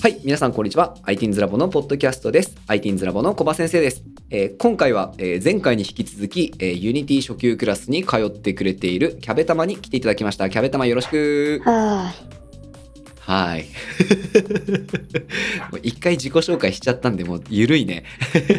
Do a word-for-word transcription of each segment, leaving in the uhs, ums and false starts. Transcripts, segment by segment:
はい、皆さんこんにちは。アイティーンズ ラボのポッドキャストです。アイティーンズ ラボの小葉先生です。えー今回は、えー前回に引き続き、えー、ユニティ初級クラスに通ってくれているキャベタマに来ていただきました。キャベタマよろしく。 ははい。もう一回自己紹介しちゃったんで、もうゆるいね。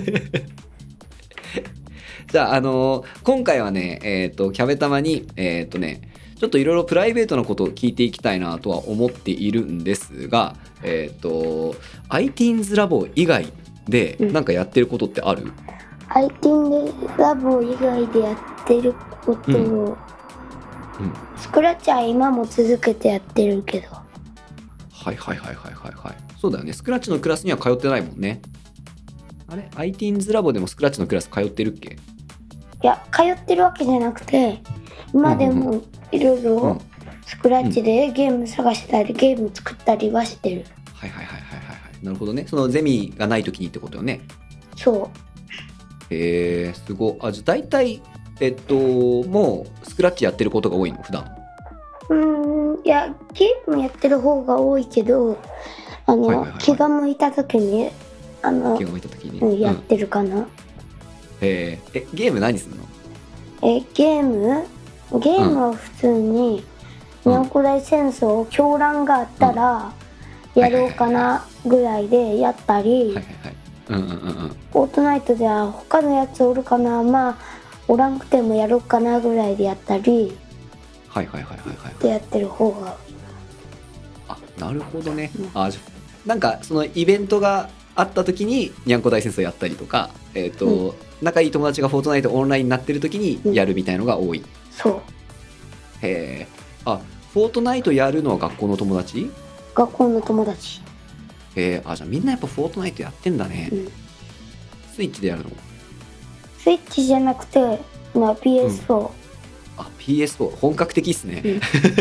じゃあ、あのー今回はね、えっ、と、キャベタマに、えっ、とね、ちょっといろいろプライベートなことを聞いていきたいなとは思っているんですが、えっ、と、アイティーンズ ラボ以外でうんなんかやってることってある？ い。アイティーン ラボ以外でやってることを、 うんうんスクラッチは今も続けてやってるけど、 はいはいはいはいはいはい。そうだよね。スクラッチのクラスには通ってないもんね。あれ アイティーンズ ラボでもスクラッチのクラス通ってるっけ？ いや、通ってるわけじゃなくて、今でもいろいうろんスクラッチでゲーム探したり、ゲーム作ったりはしてる。 はいはいはいはいはいはい。なるほどね。そのゼミがない時にってことよね。 そへえ、すごい。あ、じゃあ大体、えっと、もうスクラッチやってることが多いの、普段。 う。うーん、いや、ゲームやってる方が多いけど、あの、 はいはいはいはい気が向いた時に、あの気、が向いた時に。 うんやっうんてるかな。 へーえ、ゲーム何するの？ え、ゲームゲームは普通に、 うんニャンコ大戦争狂乱があったらやろうかなぐらいでやったり、 はいはいはい。うんうんうんうん。 フォートナイトでは他のやつおるかな、まあおらんくてもやろうかなぐらいでやったりはいはいはいはいはい。 でやってる方が。 あ、なるほどね。 うんあ、じゃなんかそのイベントがあった時ににゃんこ大戦争やったりとか、えっと、 う仲いい友達がフォートナイトオンラインになってる時にやるみたいのが多い。 そう、 へえ。あ、フォートナイトやるのは学校の友達？ 学校の友達。 へえ。あ、じゃあみんなやっぱフォートナイトやってんだね。 うんスイッチでやるの？ スイッチじゃなくて、まあ、ピーエスフォー、 あ、ピーエスフォー 本格的っすね。 うん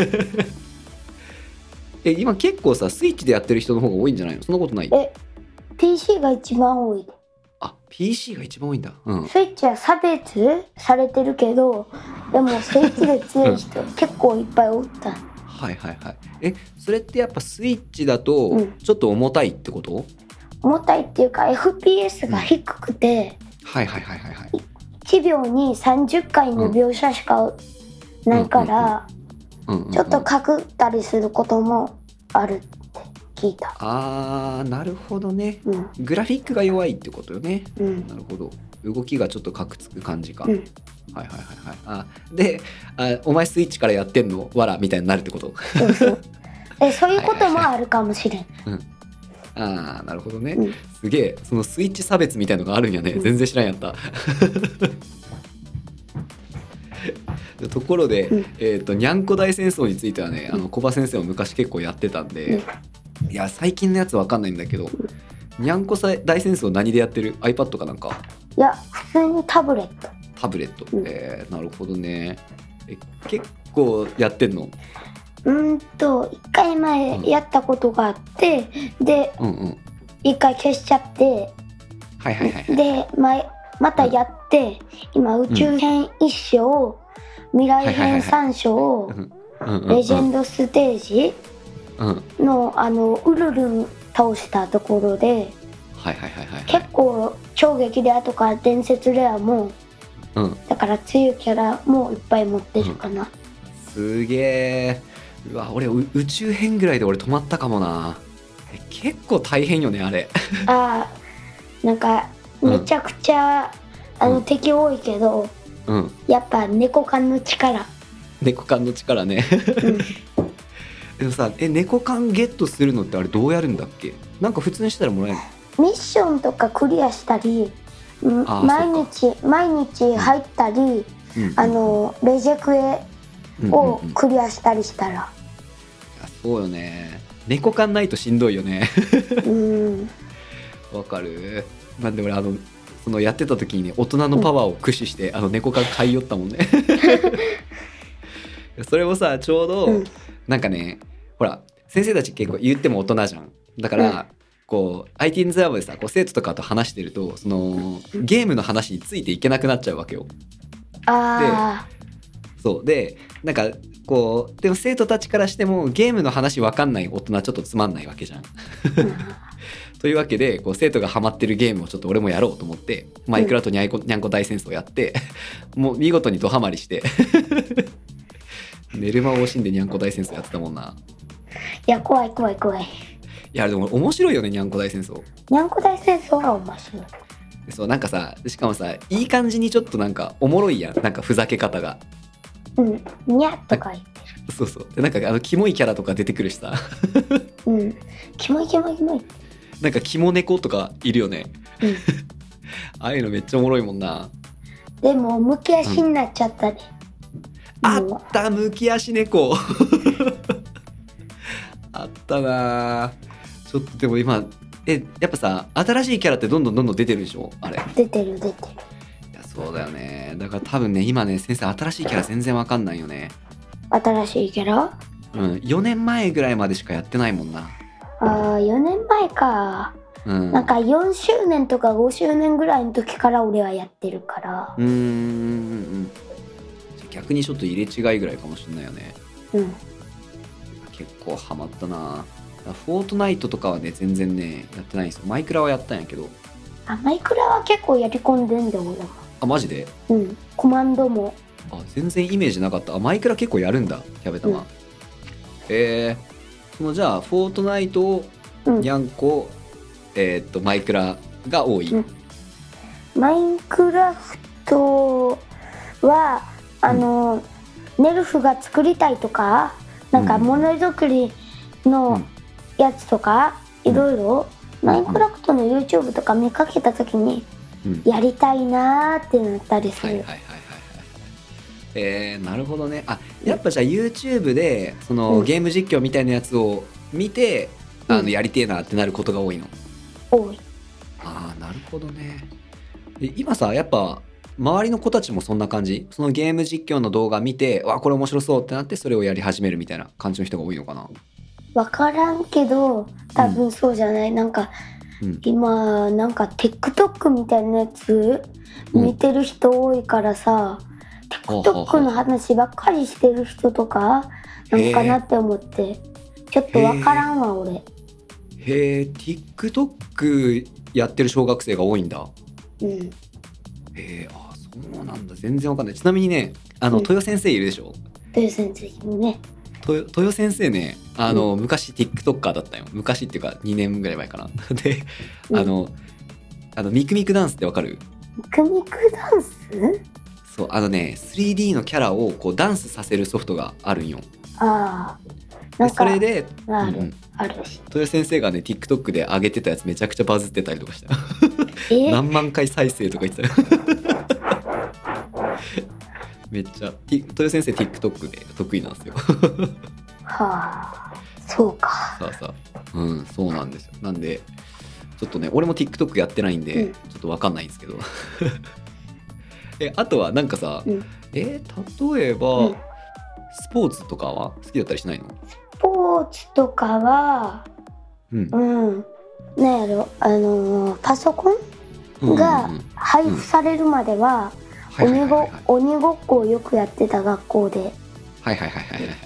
え、今結構さスイッチでやってる人の方が多いんじゃないの？そんなことない？ え ピーシー が一番多い。 あ、ピーシー が一番多いんだ。うん。 スイッチは差別されてるけど、でもスイッチで強い人結構いっぱいおった。 はいはいはい。え、それってやっぱスイッチだとうんちょっと重たいってこと？ 重たいっていうか エフピーエス が低くて、 はいはいはいはいはい。 いちびょうにさんじゅっかいの描写しかないから、 うんうんうん、 ちょっとかくったりすることもあるって聞いた。 あー、なるほどね。 うんグラフィックが弱いってことよね。 うんなるほど。動きがちょっとカクつく感じか。 うんはいはいはいはい。あ、で、あ、お前スイッチからやってんのわらみたいになるってこと？ そうそうえそういうこともあるかもしれん。 あー、なるほどね。 うんすげえ、そのスイッチ差別みたいのがあるんやね。 うん全然知らんやった。ところで、 うんえーと、にゃんこ大戦争についてはね、あの小葉先生も昔結構やってたんで、いや最近のやつわかんないんだけど、にゃんこ大戦争何でやってる？ iPad かなんか？ いや普通にタブレット。 タブレット、 うんえー、なるほどね。え、結構やってんの？ うーんといっかいまえやったことがあって、でうんうん。 いっかい消しちゃって、 はいはいはいはい。 でままたやって今宇宙編いっ章、未来編さん章、 うんうんうんレジェンドステージうん。 のあのウルルン倒したところではいはいはいはいはい。 結構超激レアとか伝説レアもうん。 だから強いキャラもいっぱい持ってるかな。 すげえ。うわ、俺う宇宙編ぐらいで俺止まったかもな。え、結構大変よねあれ。 あーなんかうんめちゃくちゃ、あのうん敵多いけどうん。 やっぱ猫缶の力、 猫缶の力ね。 うん、 でもさ、え、猫缶ゲットするのってあれどうやるんだっけ？なんか普通にしたらもらえるの？ ミッションとかクリアしたり、うんあー毎日毎日入ったり、 うんあのレジェクエうんうんをうん、いクリアしたりしたら、 やそうよね。猫缶ないとしんどいよね。 うんわかる。なんで俺あのそのやってた時にね、大人のパワーを駆使して、あの猫缶買いよったもんね。それもさ、ちょうど、 うんなんかね、ほら先生たち結構言っても大人じゃん。だから、 うんこう アイティーンズ ラボでさ、こう生徒とかと話してると、そのゲームの話についていけなくなっちゃうわけよ。 あそうで、なんかこうでも生徒たちからしてもゲームの話分かんない大人はちょっとつまんないわけじゃんというわけでこう生徒がハマってるゲームをちょっと俺もやろうと思ってマイクラとニャンコ、ニャンコ大戦争やってもう見事にドハマりして寝る間を惜しんでニャンコ大戦争やってたもんな。 いや怖い怖い怖い。 いやでも面白いよねニャンコ大戦争。 ニャンコ大戦争は面白い。 そうなんかさしかもさいい感じにちょっとなんかおもろいやんなんかふざけ方が。 うんにゃとか言ってる。 そうそうでなんかあのキモいキャラとか出てくるしさうんキモいキモいキモい。 なんかキモ猫とかいるよね、 うん、 ああいうのめっちゃおもろいもんな。 でもむき足になっちゃったね、 うん、あったむき足猫あったな。ちょっとでも今えやっぱさ新しいキャラってどんどんどんどん出てるでしょあれ。 出てる出てる。 いやそうだよね。だから多分ね今ね先生新しいキャラ全然わかんないよね。 新しいキャラ？ うんよねんまえぐらいまでしかやってないもんな。 あーよねんまえか、うん、なんかよんしゅうねんとかごしゅうねんぐらいの時から俺はやってるから。 うーんうんうん逆にちょっと入れ違いぐらいかもしれないよね。 うん結構ハマったな。フォートナイトとかはね全然ねやってないんですよ。マイクラはやったんやけど。 あマイクラは結構やり込んでんだよ俺は。 あマジで？ うんコマンドも。 あ全然イメージなかった。あマイクラ結構やるんだキャベタマ、うん、えー、そのじゃあフォートナイト、うん、ニャンコ、えー、っとマイクラが多い、うん、 マインクラフトはあの、うん、ネルフが作りたいとかなんかものづくりのやつとか、うん、いろいろ、うん、マインクラフトの YouTube とか見かけた時に、うん、やりたいなーってなったりする。はいはいはいはい。 えー、なるほどね。あやっぱじゃあ YouTube でその、うん、ゲーム実況みたいなやつを見て、うん、あのやりてえなってなることが多いの？ 多い。 ああなるほどね。今さやっぱ周りの子たちもそんな感じ？そのゲーム実況の動画見てわこれ面白そうってなってそれをやり始めるみたいな感じの人が多いのかな？ 分からんけど多分そうじゃない、うん、なんか、うん、今なんか TikTok みたいなやつ見てる人多いからさ、うん、TikTok の話ばっかりしてる人とかなんかなって思ってちょっと分からんわ俺。 へえ TikTok やってる小学生が多いんだ。 うんへえあそうなんだ全然わかんない。ちなみにねあの、うん、豊先生いるでしょ？ 豊先生いるね。 豊先生ねあの、うん、昔 TikToker だったよ。昔っていうかにねんぐらい前かなで、うん、あのあのミクミクダンスってわかる？ ミクミクダンス？ そうあのね スリーディー のキャラをこうダンスさせるソフトがあるんよ。 ああなんかそれである、うん、あるし豊先生がね TikTok で上げてたやつめちゃくちゃバズってたりとかした何万回再生とか言ってためっちゃ豊先生 TikTok で得意なんですよはあそうか。 さあさあうんそうなんですよ。なんでちょっとね俺も TikTok やってないんで、うん、ちょっと分かんないんですけどえあとはなんかさ、うん、えー、例えば、うん、スポーツとかは好きだったりしないの？ スポーツとかはうん、うん、なんやろあのー、パソコンが配布されるまでは鬼ごっこをよくやってた学校で。 はいはいはいはいはいはい。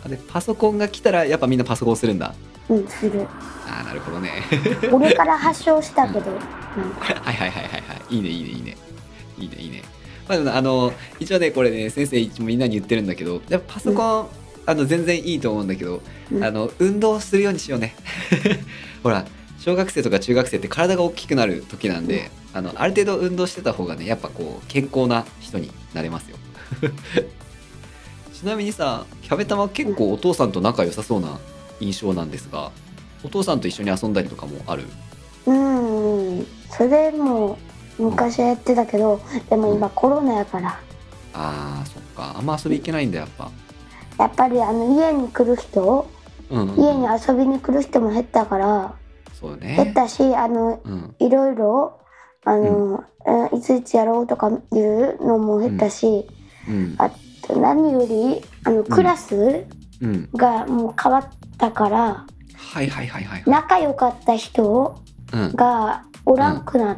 でパソコンが来たらやっぱみんなパソコンするんだ。 うんする。 ああなるほどね俺から発祥したけど、うん、 はいはいはいはいはいいいねいいねいいねいいねいいね。まあ、あの一応ねこれね先生一応みんなに言ってるんだけどやっぱパソコン、うん、あの全然いいと思うんだけど、うん、あの運動するようにしようねほら小学生とか中学生って体が大きくなる時なんで、うん、あのある程度運動してた方がねやっぱこう健康な人になれますよちなみにさキャベタマ結構お父さんと仲良さそうな印象なんですがお父さんと一緒に遊んだりとかもある？ うんそれも昔はやってたけど、うん、でも今コロナやから、うん、 あーそっかあんま遊び行けないんだやっぱ。 やっぱりあの家に来る人、うんうん、家に遊びに来る人も減ったからそうね、 減ったしあの、うん、いろいろあの、うん、いついつやろうとかいうのも減ったし、うんうん、あと何よりあのクラスがもう変わったから、 はいはいはいはい、 仲良かった人がおらんくなって、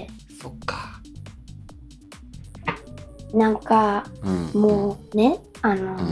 うんうん、そっかなんか、うん、もうねあの、 うんう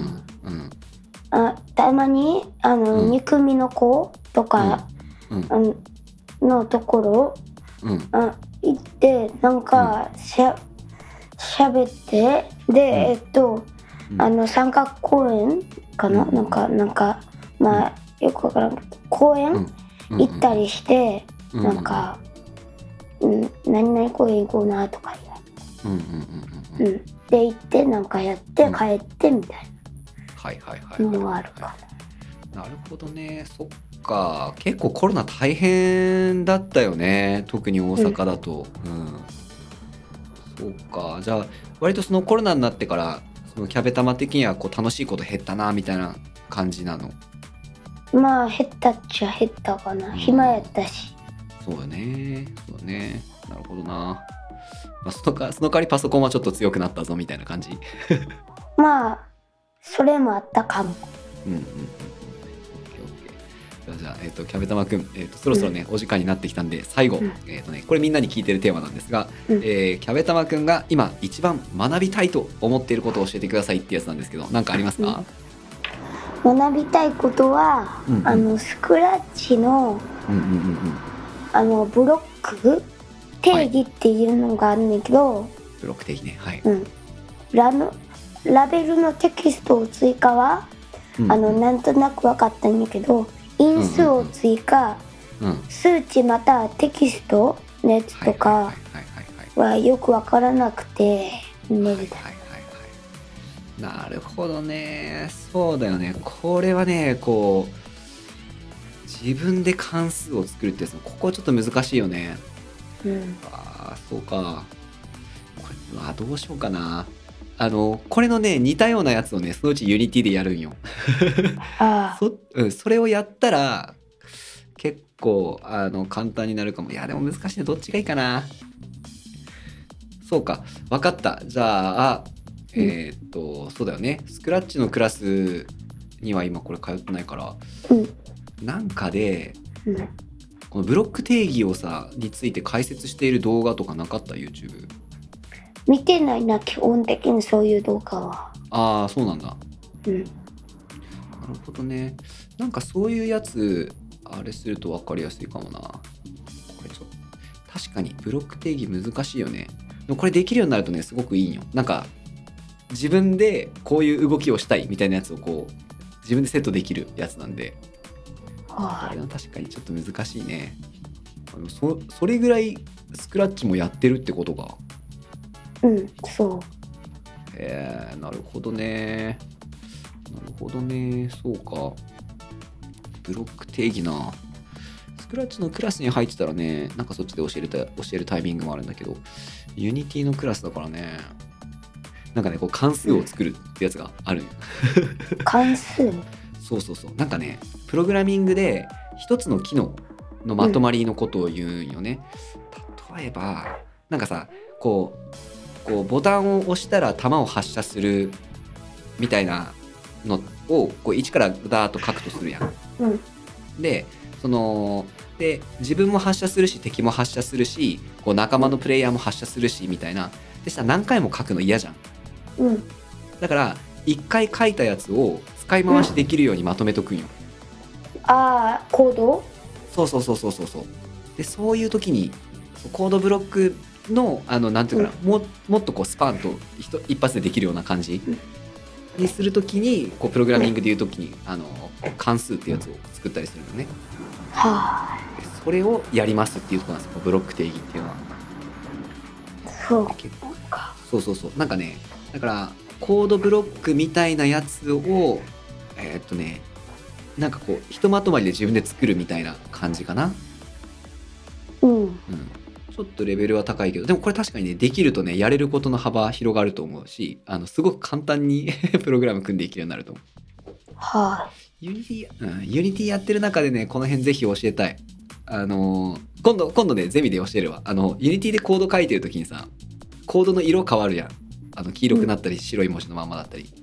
うんあたまにあの、 うん憎みの子とか、 うんあののところうんあ行ってなんかしゃ喋ってで、えっと、 うんあの三角公園かな、 うんなんかなんかまあよくわからんけど公園、 うん行ったりして、 うんなんか、うん、何々公園行こうなとかうんうんうんうん言う、うん、で行ってなんかやってうん帰ってみたいはいはいはいなのはいがあるかなるほどね。そっか。結構コロナ大変だったよね。特に大阪だと。うん。そうか。じゃあ、割とそのコロナになってから、そのキャベ玉的にはこう楽しいこと減ったな、みたいな感じなの。 な。まあ減ったっちゃ減ったかな、 うん暇やったし。 そうよね。そうよね。なるほどな。まあ、そのか、その代わりパソコンはちょっと強くなったぞ、みたいな感じ。 まあそれもあったかも。 うんうんうん。オッケーオッケー。じゃあ、じゃあえっ、と、キャベ玉くん、えっ、と、そろそろね、お時間になってきたんで、最後、 うんえっ、とね、これみんなに聞いてるテーマなんですが、 うんえーキャベ玉くんが今一番学びたいと思っていることを教えてくださいってやつなんですけど、何かありますか？ 学びたいことは、 うんうんあのスクラッチのうんうんうんうん。 あのブロック定義っていうのがあるんだけど、 ブロック定義ね。はい。 うん、ラのラベルのテキストを追加は、 うんあのなんとなく分かったんだけど、因数を追加、 うん。 数値またはテキストのやつとかはいはいはいはいはいはよく分からなくて無理だ。 はいはいはいはいはい。なるほどね。そうだよね。これはね、こう自分で関数を作るってやつ、ここはちょっと難しいよね。 うんああ、そうか。これはどうしようかな。あのこれのね似たようなやつをねそのうちユニティでやるんよ。 ああそ, うん、それをやったら結構あの簡単になるかも。いやでも難しいね。どっちがいいかな。そうか、分かった。じゃあうんえーっとそうだよね。スクラッチのクラスには今これ通ってないから、 うんなんかでうんこのブロック定義をさについて解説している動画とかなかった？ YouTube。 見てないな、基本的にそういう動画は。 ああ、そうなんだ。 うんなるほどね。なんかそういうやつあれすると分かりやすいかもな。これちょっと確かにブロック定義難しいよね。でもこれできるようになるとねすごくいいんよ。なんか自分でこういう動きをしたいみたいなやつをこう自分でセットできるやつなんで、こはれは確かにちょっと難しいね。あの そ, それぐらいスクラッチもやってるってことか。 い。うん、そう。 えー、なるほどね。なるほどね。そうか。ブロック定義な。スクラッチのクラスに入ってたらね、なんかそっちで教えるた教えるタイミングもあるんだけど、ユニティのクラスだからね、なんかね、こう関数を作るってやつがあるんよ。 関数。 そうそうそう。なんかね、プログラミングで一つの機能のまとまりのことを言うんよね。例えば、なんかさ、こう、こうボタンを押したら弾を発射するみたいなのをこういちからダーッと書くとするやん。 うんでそので自分も発射するし敵も発射するしこう仲間のプレイヤーも発射するしみたいな。でしたら何回も書くの嫌じゃん。 うんだからいっかい書いたやつを使い回しできるようにまとめとくんよ。 ああ、コード。 そうそうそうそうそうそう。でそういう時にコードブロックのあのなんていうかな、ももっとこうスパンと一一発でできるような感じにするときにこうプログラミングでいうときにあの関数っていうやつを作ったりするのね。 はでそれをやりますっていうところなんですよ、ブロック定義っていうのは。 あ、そう結構か。 そうそうそう。なんかね、だからコードブロックみたいなやつをえーっとねなんかこうひとまとまりで自分で作るみたいな感じかな。 うんうん、ちょっとレベルは高いけど、でもこれ確かにねできるとねやれることの幅広がると思うし、あのすごく簡単にプログラム組んでいけるようになると思う。 はユニティ、うん、ユニティやってる中でねこの辺ぜひ教えたい。あのー今度今度ねゼミで教えるわ。あのユニティでコード書いてる時にさコードの色変わるやん。あの黄色くなったり白い文字のままだったり、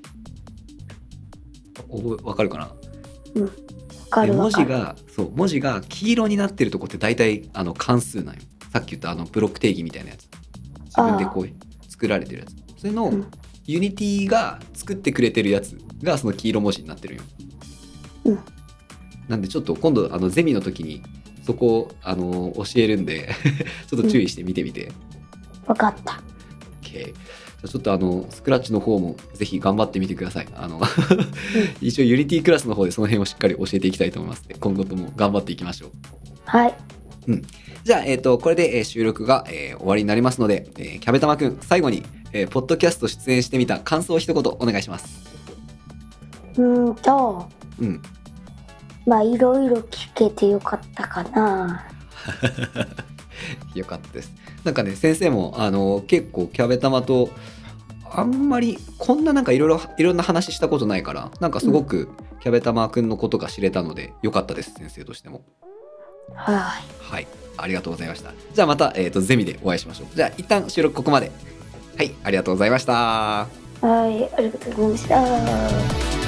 おわかるかな。 い。うん。わかで文るわかる。 字がそう文字が黄色になってるとこって大体あの関数なんよ。さっき言ったあのブロック定義みたいなやつ、自分でこう作られてるやつ、それのうんユニティが作ってくれてるやつがその黄色文字になってるよ。 うんなんでちょっと今度あのゼミの時にそこをあの教えるんでちょっと注意して見てみて。 わかった。 OK。ちょっとあのスクラッチの方もぜひ頑張ってみてください。あの一応ユニティクラスの方でその辺をしっかり教えていきたいと思いますので、今後とも頑張っていきましょう。 はい。 うん、じゃあ、えーと、これで、えー収録が、えー終わりになりますので、えーキャベタマくん最後に、えーポッドキャスト出演してみた感想を一言お願いします。 うーんとうんまあいろいろ聞けてよかったかな。 よかったです。なんかね先生もあの結構キャベタマとあんまりこんななんかいろいろいろんな話したことないから、なんかすごくキャベタマくんのことが知れたのでよかったです、先生としても。 はい。 はいありがとうございました。じゃあまた、えーとゼミでお会いしましょう。じゃあ一旦収録ここまで。はいありがとうございました。 はい、ありがとうございました。